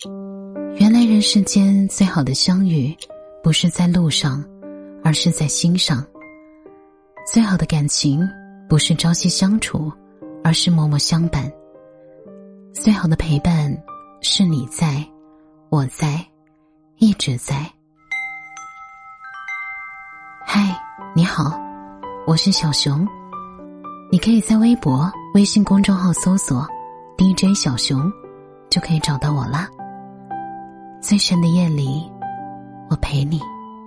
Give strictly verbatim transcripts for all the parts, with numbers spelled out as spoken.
原来人世间最好的相遇，不是在路上，而是在心上。最好的感情，不是朝夕相处，而是默默相伴。最好的陪伴，是你在，我在，一直在。嗨，你好，我是小熊。你可以在微博、微信公众号搜索 D J 小熊，就可以找到我啦。最深的夜里，我陪你。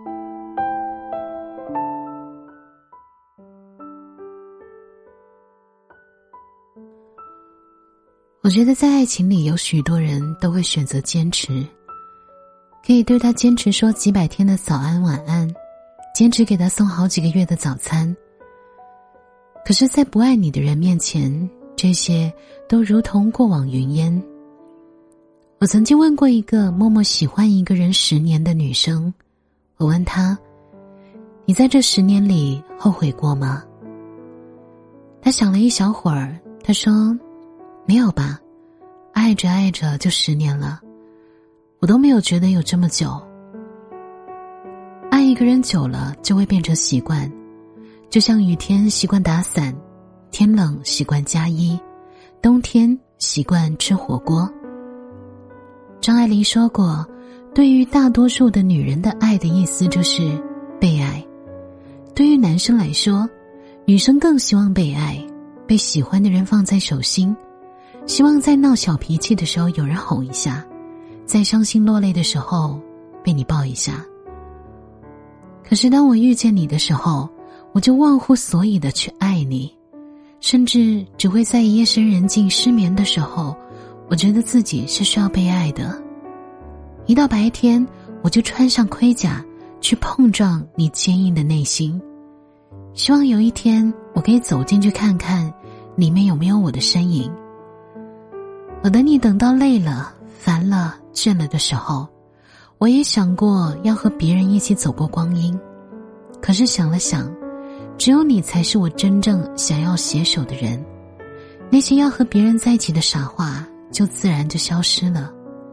我觉得在爱情里，有许多人都会选择坚持，可以对他坚持说几百天的早安晚安，坚持给他送好几个月的早餐。可是在不爱你的人面前，这些都如同过往云烟。我曾经问过一个默默喜欢一个人十年的女生，我问她，你在这十年里后悔过吗？她想了一小会儿，她说，没有吧，爱着爱着就十年了，我都没有觉得有这么久。爱一个人久了就会变成习惯，就像雨天习惯打伞，天冷习惯加衣，冬天习惯吃火锅。张爱玲说过，对于大多数的女人的爱的意思就是被爱。对于男生来说，女生更希望被爱，被喜欢的人放在手心，希望在闹小脾气的时候有人哄一下，在伤心落泪的时候被你抱一下。可是当我遇见你的时候，我就忘乎所以的去爱你，甚至只会在夜深人静失眠的时候，我觉得自己是需要被爱的。一到白天，我就穿上盔甲去碰撞你坚硬的内心，希望有一天我可以走进去看看里面有没有我的身影。我等你等到累了、烦了、倦了的时候，我也想过要和别人一起走过光阴，可是想了想，只有你才是我真正想要携手的人，那些要和别人在一起的傻话就自然就消失了。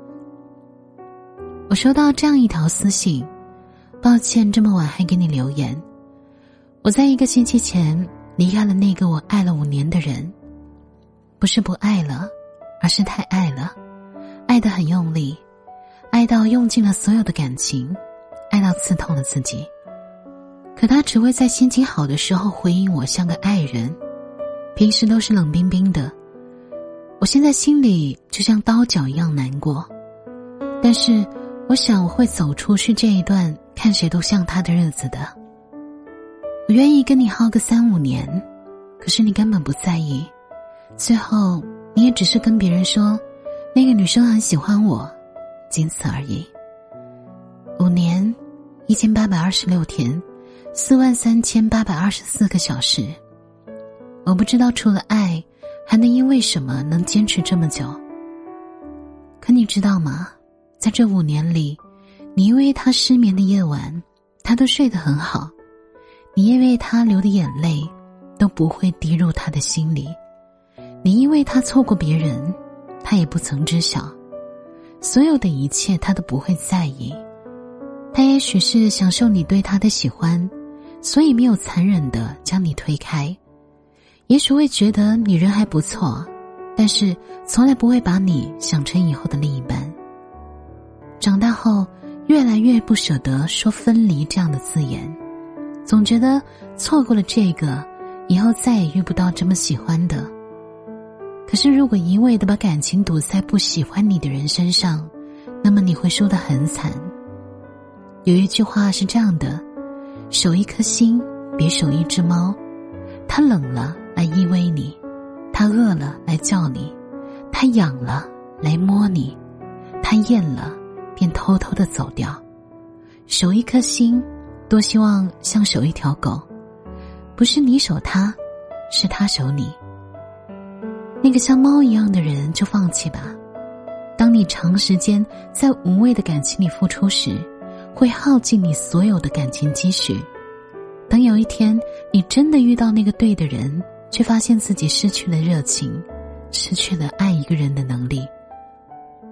我收到这样一条私信，抱歉这么晚还给你留言。我在一个星期前离开了那个我爱了五年的人，不是不爱了，而是太爱了，爱得很用力，爱到用尽了所有的感情，爱到刺痛了自己。可他只会在心情好的时候回应我像个爱人，平时都是冷冰冰的。我现在心里就像刀绞一样难过，但是我想我会走出去这一段看谁都像他的日子的。我愿意跟你耗个三五年，可是你根本不在意，最后你也只是跟别人说那个女生很喜欢我，仅此而已。五年，一千八百二十六天，四万三千八百二十四个小时。我不知道除了爱，还能因为什么能坚持这么久。可你知道吗？在这五年里，你因为他失眠的夜晚，他都睡得很好；你因为他流的眼泪，都不会滴入他的心里；你因为他错过别人，他也不曾知晓。所有的一切他都不会在意。他也许是享受你对他的喜欢，所以没有残忍地将你推开。也许会觉得你人还不错，但是从来不会把你想成以后的另一半。长大后，越来越不舍得说分离这样的字眼，总觉得错过了这个，以后再也遇不到这么喜欢的。可是如果一味地把感情堵在不喜欢你的人身上，那么你会输得很惨。有一句话是这样的，守一颗心比守一只猫，它冷了来依偎你，它饿了来叫你，它痒了来摸你，它厌了便偷偷地走掉。守一颗心，多希望像守一条狗，不是你守它，是它守你。那个像猫一样的人就放弃吧。当你长时间在无谓的感情里付出时，会耗尽你所有的感情积蓄。等有一天你真的遇到那个对的人，却发现自己失去了热情，失去了爱一个人的能力。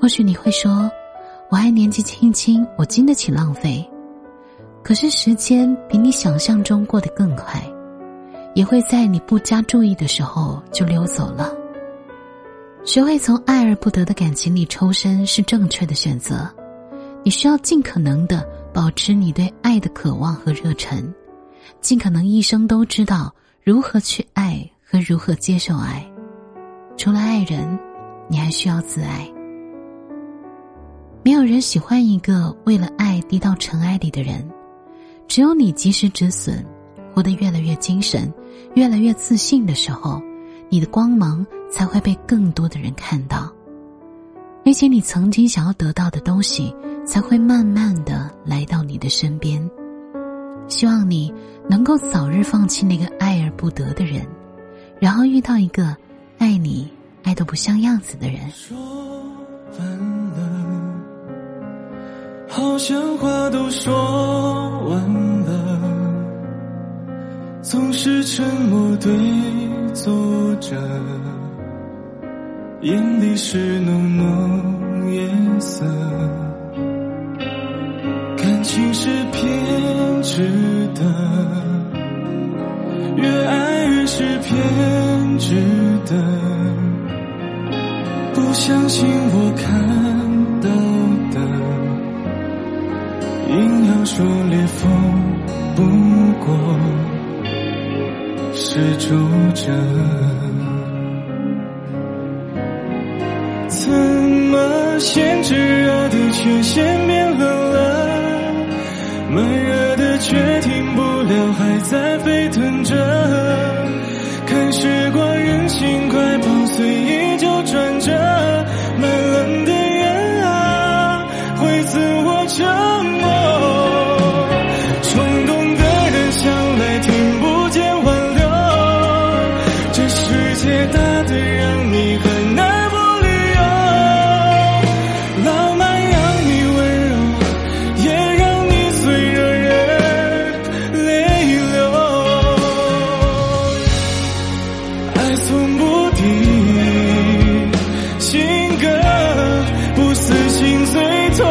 或许你会说，我还年纪轻轻，我经得起浪费。可是时间比你想象中过得更快，也会在你不加注意的时候就溜走了。学会从爱而不得的感情里抽身是正确的选择。你需要尽可能地保持你对爱的渴望和热忱，尽可能一生都知道如何去爱和如何接受爱。除了爱人，你还需要自爱。没有人喜欢一个为了爱低到尘埃里的人，只有你及时止损，活得越来越精神，越来越自信的时候，你的光芒才会被更多的人看到。那些你曾经想要得到的东西才会慢慢地来到你的身边。希望你能够早日放弃那个爱而不得的人，然后遇到一个爱你爱得不像样子的人。 说完了，好像话都说完了，总是沉默对坐着，眼里是浓浓夜色，感情是偏执的，越爱越是偏执的，不相信我看到的，硬要说裂缝不过是皱褶。怎么先炙热的却先变冷了，慢热的却停不了，还在沸腾着，看时光任性快跑，随意就转着，慢冷的人啊，会自我折磨，冲动的人向来听不见挽留，这世界大得让你很难不理由，浪漫让你温柔，也让你最惹人泪流，爱从不敌性格，不死心最痛，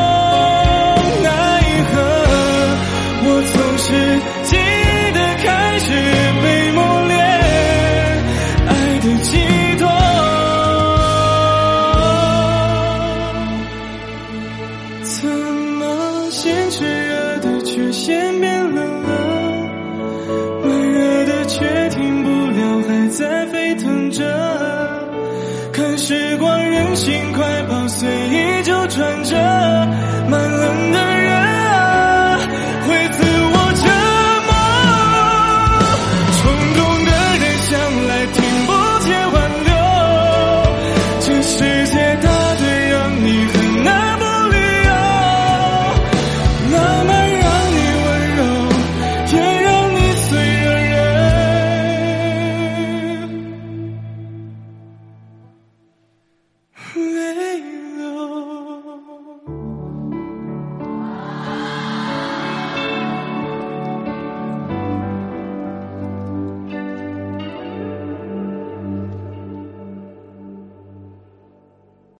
奈何我总是记得开始被磨练爱的寄托，怎么先炽热的却先变冷了，慢热的却停不了，还在沸腾着，看时光任性快跑，随意就转着，